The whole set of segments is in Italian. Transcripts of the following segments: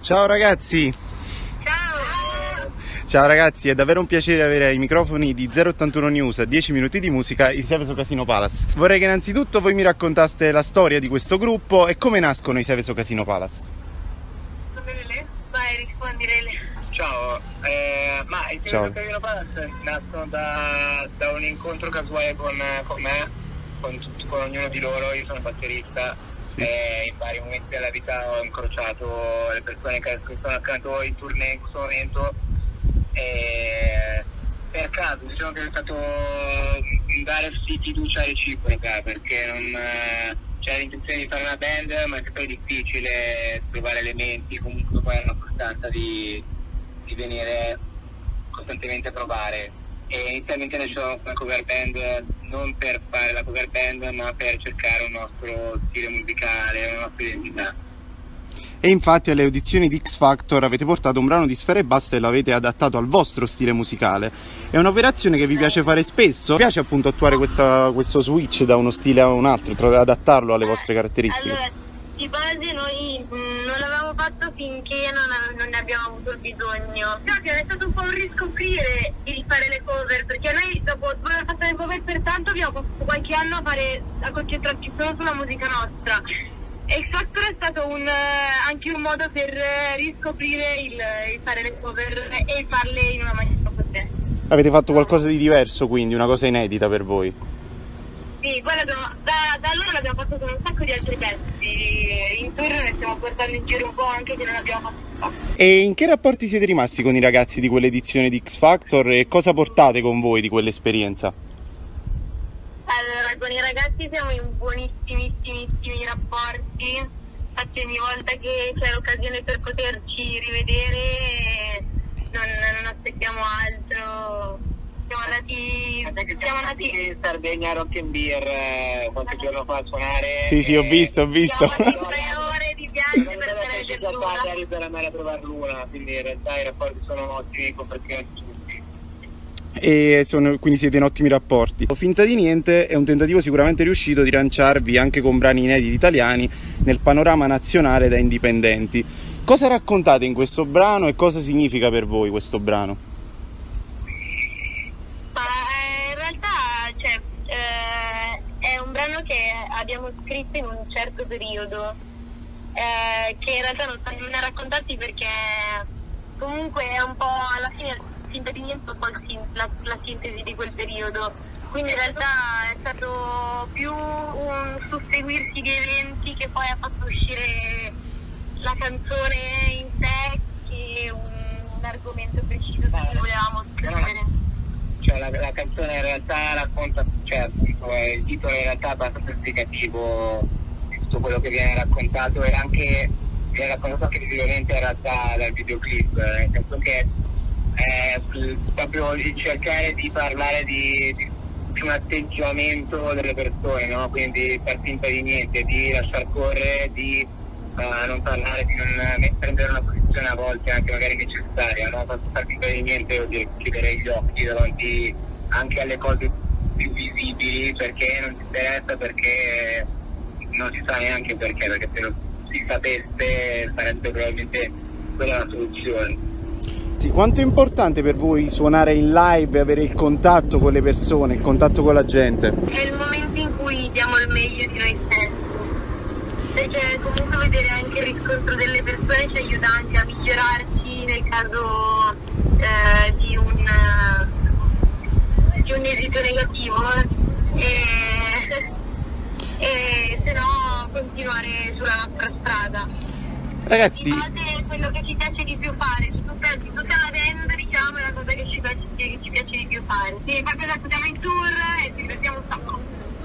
Ciao ragazzi! Ciao! Ciao ragazzi, è davvero un piacere avere ai microfoni di 081 News a 10 minuti di musica i Seveso Casino Palace. Vorrei che innanzitutto voi mi raccontaste la storia di questo gruppo e come nascono i Seveso Casino Palace. Vai, rispondi Rele. Ciao, ma i Seveso Casino Palace nascono da un incontro casuale con me, con ognuno di loro. Io sono batterista. Sì. In vari momenti della vita ho incrociato le persone che sono accanto in tournée in questo momento e per caso diciamo che è stato dare fiducia reciproca, perché non c'era l'intenzione di fare una band, ma è sempre difficile trovare elementi comunque poi hanno costanza di venire costantemente a provare. E inizialmente nascevamo come cover band non per fare la cover band, ma per cercare un nostro stile musicale, una nostra identità. E infatti alle audizioni di X Factor avete portato un brano di Sfera Ebbasta e l'avete adattato al vostro stile musicale. È un'operazione che vi piace fare spesso? Vi piace appunto attuare questo switch da uno stile a un altro, adattarlo alle vostre caratteristiche? Allora, di base noi non l'avevamo fatto finché non ne abbiamo avuto il bisogno. Infatti è stato un po' un riscoprire il fare le cover, perché noi dopo aver fatto le cover per tanto abbiamo passato qualche anno a concentrarci solo sulla musica nostra. E X Factor è stato anche un modo per riscoprire il fare le cover e farle in una maniera potente. Avete fatto qualcosa di diverso, quindi una cosa inedita per voi? Sì, poi da allora l'abbiamo fatto con un sacco di altri pezzi. In tour ne stiamo portando in giro un po' anche che non abbiamo fatto. E in che rapporti siete rimasti con i ragazzi di quell'edizione di X Factor e cosa portate con voi di quell'esperienza? Allora, con i ragazzi siamo in buonissimissimi rapporti. Infatti ogni volta che c'è l'occasione per poterci rivedere non aspettiamo altro. Siamo andati in Sardegna a Rock and Beer qualche giorno fa a suonare. Sì, ho visto. Siamo andati 3 ore di viaggio per vedere Luna. Per andare a trovare Luna, quindi in realtà i rapporti sono ottimi con praticamente tutti. E quindi siete in ottimi rapporti. Finta di niente è un tentativo sicuramente riuscito di lanciarvi anche con brani inediti italiani nel panorama nazionale da indipendenti. Cosa raccontate in questo brano e cosa significa per voi questo brano? In realtà è un brano che abbiamo scritto in un certo periodo, che in realtà non è raccontarsi perché comunque è un po' alla fine finta di niente, un po' la sintesi di quel periodo. Quindi in realtà è stato più un susseguirsi di eventi che poi ha fatto uscire la canzone in sé che un argomento preciso che volevamo scrivere. Cioè la canzone in realtà racconta, cioè appunto il titolo in realtà è abbastanza esplicativo di tutto quello che viene raccontato e anche viene raccontato anche visivamente in realtà dal videoclip, nel senso che è proprio il cercare di parlare di un atteggiamento delle persone, no? Quindi far finta di niente, di lasciar correre, di non parlare, di non prendere una posizione a volte anche magari necessaria, no? Far finta di niente vuol dire chiudere gli occhi davanti anche alle cose più visibili, perché non ti interessa, perché non si sa neanche perché se non si sapesse sarebbe probabilmente quella la soluzione. Sì, quanto è importante per voi suonare in live e avere il contatto con le persone, il contatto con la gente? È il momento in cui diamo il meglio di noi stessi, perché comunque vedere anche il riscontro delle persone ci aiuta anche a migliorarci nel caso di un esito negativo e se no continuare sulla nostra strada. Ragazzi, Di base è quello che ci piace di più fare, tutta la band diciamo è la cosa che ci piace di più fare. Sì, proprio adesso siamo in tour e ci divertiamo un sacco.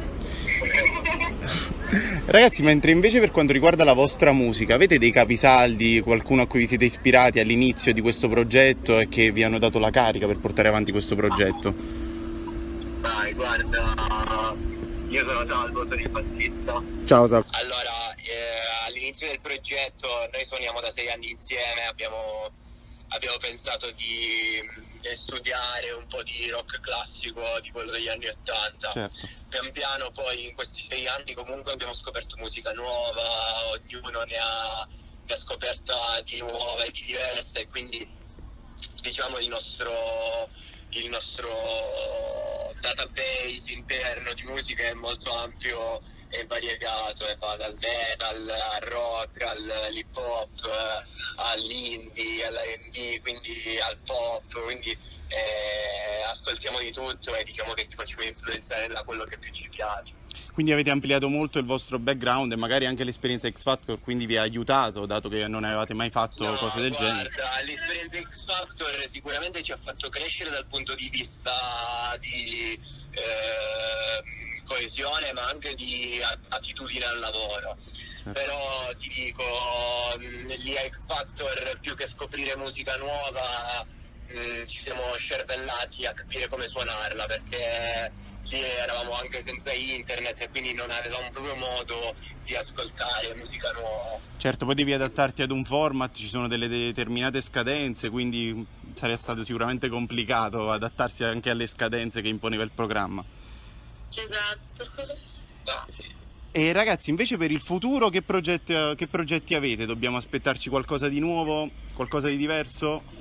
ragazzi, mentre invece per quanto riguarda la vostra musica, avete dei capisaldi, qualcuno a cui vi siete ispirati all'inizio di questo progetto e che vi hanno dato la carica per portare avanti questo progetto? Dai, guarda, io sono Salvo, sono il bassista. Ciao Salvo. Allora, all'inizio del progetto noi suoniamo da 6 anni insieme, abbiamo pensato di studiare un po' di rock classico di quello degli anni 80. Certo. Pian piano poi in questi 6 anni comunque abbiamo scoperto musica nuova, ognuno ne ha scoperta di nuova e di diversa, e quindi diciamo il nostro database interno di musica è molto ampio e variegato, e va dal metal al rock, all'hip hop, all'indie, all'R&B, quindi al pop, quindi ascoltiamo di tutto e diciamo che ci facciamo influenzare da quello che più ci piace. Quindi avete ampliato molto il vostro background e magari anche l'esperienza X Factor quindi vi ha aiutato, dato che non avevate mai fatto cose del genere. Guarda, l'esperienza X Factor sicuramente ci ha fatto crescere dal punto di vista di coesione, ma anche di attitudine al lavoro. Però ti dico, lì a X Factor, più che scoprire musica nuova, ci siamo scervellati a capire come suonarla, perché lì eravamo anche senza internet e quindi non avevamo proprio modo di ascoltare musica nuova. Certo, poi devi adattarti ad un format, ci sono delle determinate scadenze, quindi sarebbe stato sicuramente complicato adattarsi anche alle scadenze che imponeva il programma. Esatto. No, sì. E ragazzi, invece per il futuro che progetti avete? Dobbiamo aspettarci qualcosa di nuovo, qualcosa di diverso?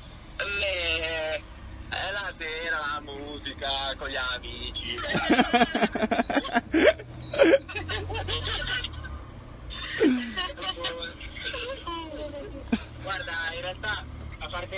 La sera la musica con gli amici. Guarda, in realtà, a parte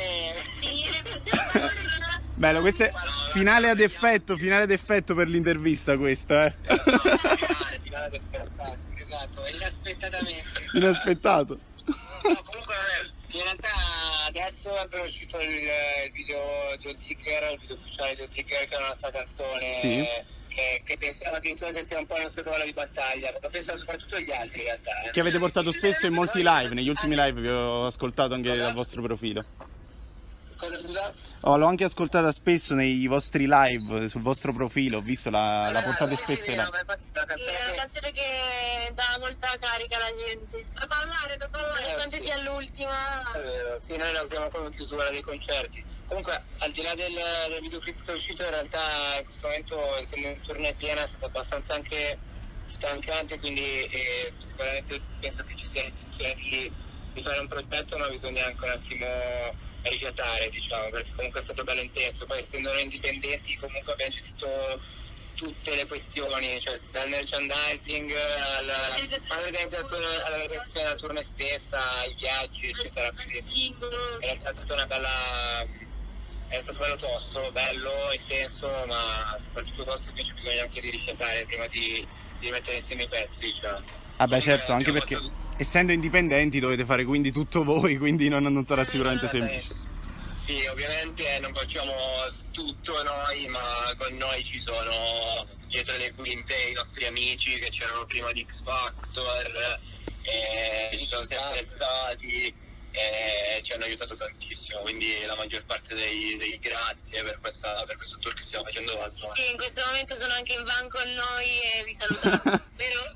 Bello, questo è finale ad effetto per l'intervista questa, finale del fantastico, esatto, inaspettatamente. Inaspettato. No, comunque in realtà adesso è appena uscito il video di Odigger, il video ufficiale di Odigger, che è la nostra canzone. Sì. Che pensiamo addirittura che sia un po' il nostro cavallo di battaglia, lo pensano soprattutto gli altri in realtà. Che avete portato spesso in molti live, negli ultimi live vi ho ascoltato anche dal vostro profilo. Cosa, scusa? L'ho anche ascoltata spesso nei vostri live, sul vostro profilo, ho visto la portate spesso. È una canzone che dà molta carica alla gente. Da parlare, nonostante sì. sia l'ultima. È vero, sì, noi la usiamo come chiusura dei concerti. Comunque, al di là del videoclip che è uscito, in realtà in questo momento, essendo in tournée piena, è stato abbastanza anche stancante, quindi sicuramente penso che ci sia l'intenzione di fare un progetto, ma bisogna anche un attimo rifiatare, diciamo, perché comunque è stato bello intenso. Poi, essendo noi indipendenti, comunque abbiamo gestito tutte le questioni, cioè dal merchandising all'organizzazione della tournée stessa, ai viaggi, eccetera. Quindi in realtà è stata è stato bello tosto, bello, intenso, ma soprattutto tosto, che ci bisogna anche di rifiatare prima di mettere insieme i pezzi, diciamo. Ah beh, certo, anche perché essendo indipendenti dovete fare quindi tutto voi, quindi non sarà sicuramente semplice. Sì, ovviamente non facciamo tutto noi, ma con noi ci sono dietro le quinte i nostri amici che c'erano prima di X Factor, ci sono sempre stati e ci hanno aiutato tantissimo, quindi la maggior parte dei grazie per questo tour che stiamo facendo oggi. Sì, in questo momento sono anche in van con noi e vi salutano. Vero?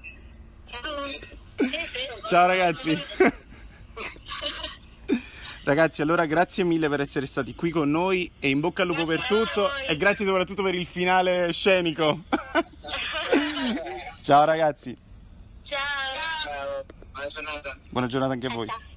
Ciao. Ciao ragazzi. Ragazzi, allora grazie mille per essere stati qui con noi e in bocca al lupo per tutto e grazie soprattutto per il finale scenico. Ciao ragazzi. Ciao. Ciao, buona giornata. Buona giornata anche a voi. Ciao.